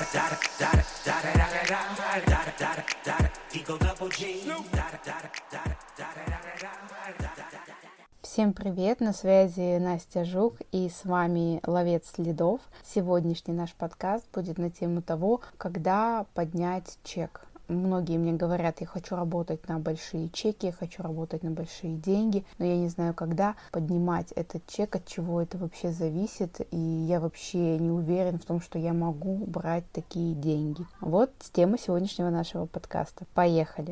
Всем привет, на связи Настя Жук и с вами Ловец следов. Сегодняшний наш подкаст будет на тему того, когда поднять чек. Многие мне говорят, я хочу работать на большие чеки, я хочу работать на большие деньги, но я не знаю, когда поднимать этот чек, от чего это вообще зависит, и я вообще не уверен в том, что я могу брать такие деньги. Вот тема сегодняшнего нашего подкаста. Поехали!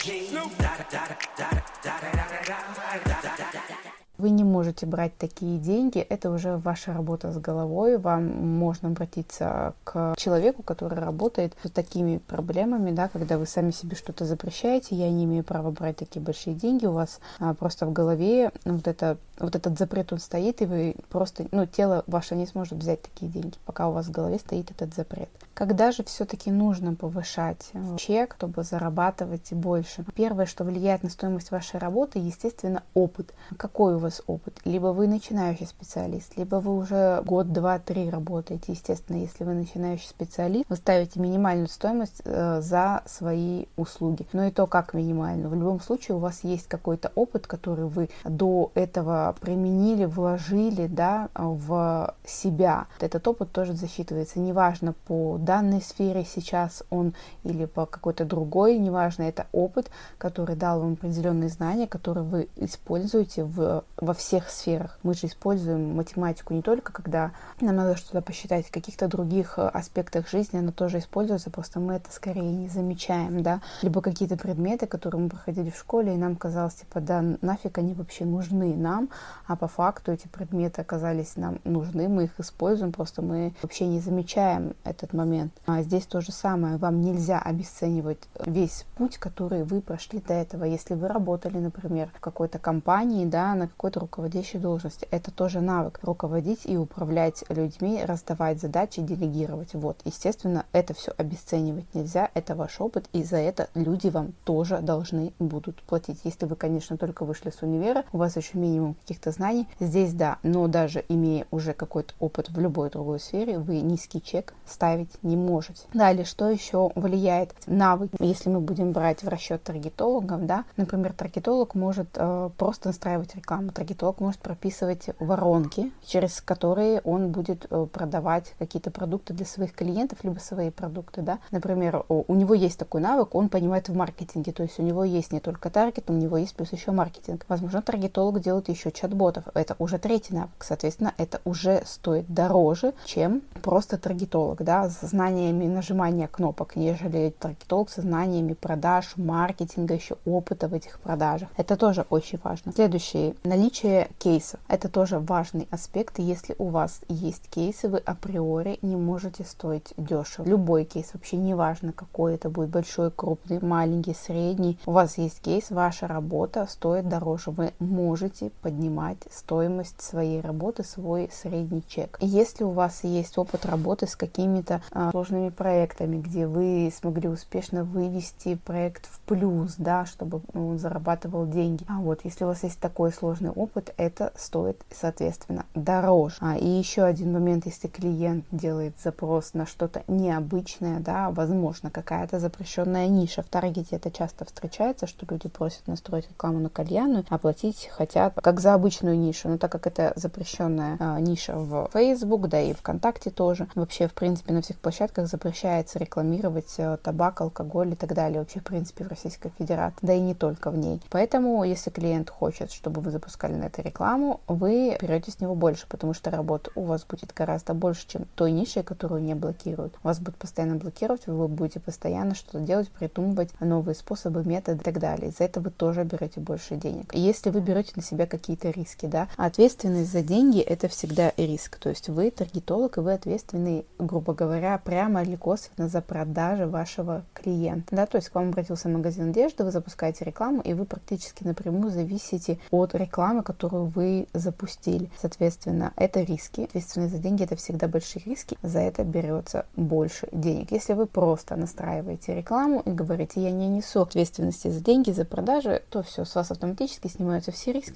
Вы не можете брать такие деньги, это уже ваша работа с головой, вам можно обратиться к человеку, который работает с такими проблемами, да, когда вы сами себе что-то запрещаете, я не имею права брать такие большие деньги, у вас просто в голове вот этот запрет, он стоит, и вы просто, тело ваше не сможет взять такие деньги, пока у вас в голове стоит этот запрет. Когда же все-таки нужно повышать чек, чтобы зарабатывать больше? Первое, что влияет на стоимость вашей работы, естественно, опыт. Какой у вас опыт? Либо вы начинающий специалист, либо вы уже год, два, три работаете. Естественно, если вы начинающий специалист, вы ставите минимальную стоимость за свои услуги. Но и то, как минимально. В любом случае, у вас есть какой-то опыт, который вы до этого применили, вложили, да, в себя. Этот опыт тоже засчитывается. Неважно, по данной сфере сейчас он или по какой-то другой, неважно, это опыт, который дал вам определенные знания, которые вы используете во всех сферах. Мы же используем математику не только, когда нам надо что-то посчитать, в каких-то других аспектах жизни она тоже используется, просто мы это скорее не замечаем, да. Либо какие-то предметы, которые мы проходили в школе, и нам казалось, типа, да, нафиг они вообще нужны нам, а по факту эти предметы оказались нам нужны, мы их используем, просто мы вообще не замечаем этот момент. А здесь то же самое. Вам нельзя обесценивать весь путь, который вы прошли до этого. Если вы работали, например, в какой-то компании, да, на какой-то руководящей должности, это тоже навык. Руководить и управлять людьми, раздавать задачи, делегировать. Вот, естественно, это все обесценивать нельзя. Это ваш опыт, и за это люди вам тоже должны будут платить. Если вы, конечно, только вышли с универа, у вас еще минимум каких-то знаний, здесь да, но даже имея уже какой-то опыт в любой другой сфере, вы низкий чек ставить не можете. Далее, что еще влияет? Навык. Если мы будем брать в расчет таргетологов, да, например, таргетолог может просто настраивать рекламу, таргетолог может прописывать воронки, через которые он будет продавать какие-то продукты для своих клиентов, либо свои продукты, да. Например, у него есть такой навык, он понимает в маркетинге, то есть у него есть не только таргет, у него есть плюс еще маркетинг. Возможно, таргетолог делает еще чат-ботов. Это уже третий навык, соответственно, это уже стоит дороже, чем просто таргетолог, да, с знаниями нажимания кнопок, нежели таргетолог со знаниями продаж, маркетинга, еще опыта в этих продажах. Это тоже очень важно. Следующее. Наличие кейсов. Это тоже важный аспект. Если у вас есть кейсы, вы априори не можете стоить дешево. Любой кейс, вообще не важно, какой это будет, большой, крупный, маленький, средний. У вас есть кейс, ваша работа стоит дороже. Вы можете поднимать стоимость своей работы, свой средний чек. Если у вас есть опыт работы с какими-то сложными проектами, где вы смогли успешно вывести проект в плюс, да, чтобы он зарабатывал деньги. А вот если у вас есть такой сложный опыт, это стоит, соответственно, дороже. И еще один момент, если клиент делает запрос на что-то необычное, да, возможно, какая-то запрещенная ниша. В таргете это часто встречается, что люди просят настроить рекламу на кальянную, а платить хотят как за обычную нишу. Но так как это запрещенная ниша в Facebook, да и ВКонтакте тоже, вообще, в принципе, на всех площадках запрещается рекламировать табак, алкоголь и так далее. Вообще, в принципе, в Российской Федерации, да и не только в ней. Поэтому, если клиент хочет, чтобы вы запускали на это рекламу, вы берете с него больше, потому что работа у вас будет гораздо больше, чем той нишей, которую не блокируют. Вас будут постоянно блокировать, вы будете постоянно что-то делать, придумывать новые способы, методы и так далее. За это вы тоже берете больше денег. И если вы берете на себя какие-то риски, да, ответственность за деньги — это всегда риск. То есть вы таргетолог, и вы ответственный, грубо говоря, прямо или косвенно за продажи вашего клиента. Да, то есть к вам обратился магазин одежды, вы запускаете рекламу, и вы практически напрямую зависите от рекламы, которую вы запустили. Соответственно, это риски. Ответственность за деньги — это всегда большие риски. За это берется больше денег. Если вы просто настраиваете рекламу и говорите, я не несу ответственности за деньги, за продажи, то все, с вас автоматически снимаются все риски, ваша работа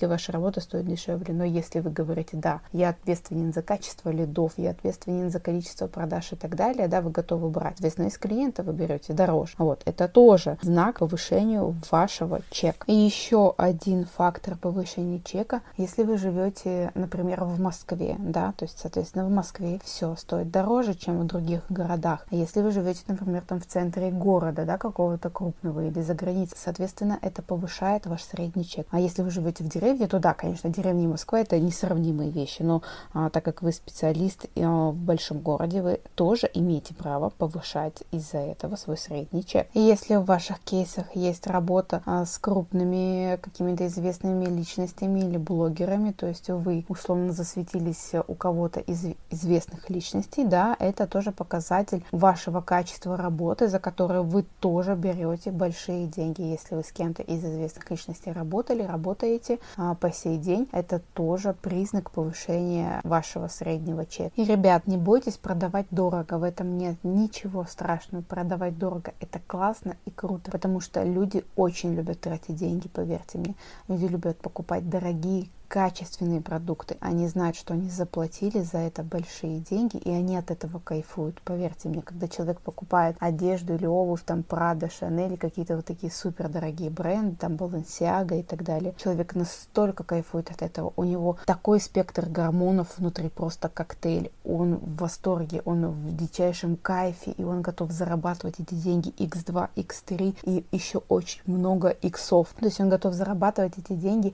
работа стоит дешевле. Но если вы говорите, да, я ответственен за качество лидов, я ответственен за количество продаж и так далее, да, вы готовы брать. Соответственно, из клиента вы берете дороже. Вот, это тоже знак повышению вашего чека. И еще один фактор повышения чека, если вы живете, например, в Москве, да, то есть, соответственно, в Москве все стоит дороже, чем в других городах. А если вы живете, например, там в центре города, да, какого-то крупного или за границей, соответственно, это повышает ваш средний чек. А если вы живете в деревне, то да, конечно, деревня и Москва — это несравнимые вещи, но так как вы специалист в большом городе, вы тоже имеете право повышать из-за этого свой средний чек. И если в ваших кейсах есть работа с крупными какими-то известными личностями или блогерами, то есть вы условно засветились у кого-то из известных личностей, да, это тоже показатель вашего качества работы, за которое вы тоже берете большие деньги. Если вы с кем-то из известных личностей работаете по сей день, это тоже признак повышения вашего среднего чека. И, ребят, не бойтесь продавать дорого, в этом нет ничего страшного. Продавать дорого — это классно и круто, потому что люди очень любят тратить деньги, поверьте мне. Люди любят покупать дорогие, качественные продукты. Они знают, что они заплатили за это большие деньги, и они от этого кайфуют. Поверьте мне, когда человек покупает одежду или обувь, там Prada, Chanel, какие-то вот такие супер дорогие бренды, там Balenciaga и так далее, человек настолько кайфует от этого. У него такой спектр гормонов внутри, просто коктейль. Он в восторге, он в дичайшем кайфе, и он готов зарабатывать эти деньги x2, x3 и еще очень много иксов. То есть он готов зарабатывать эти деньги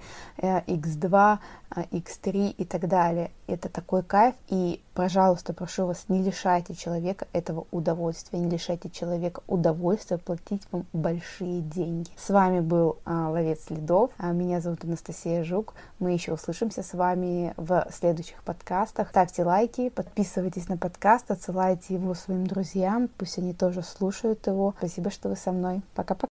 x2, X3 и так далее. Это такой кайф, и, пожалуйста, прошу вас, не лишайте человека этого удовольствия, не лишайте человека удовольствия платить вам большие деньги. С вами был Ловец Лидов, меня зовут Анастасия Жук, мы еще услышимся с вами в следующих подкастах. Ставьте лайки, подписывайтесь на подкаст, отсылайте его своим друзьям, пусть они тоже слушают его. Спасибо, что вы со мной. Пока-пока.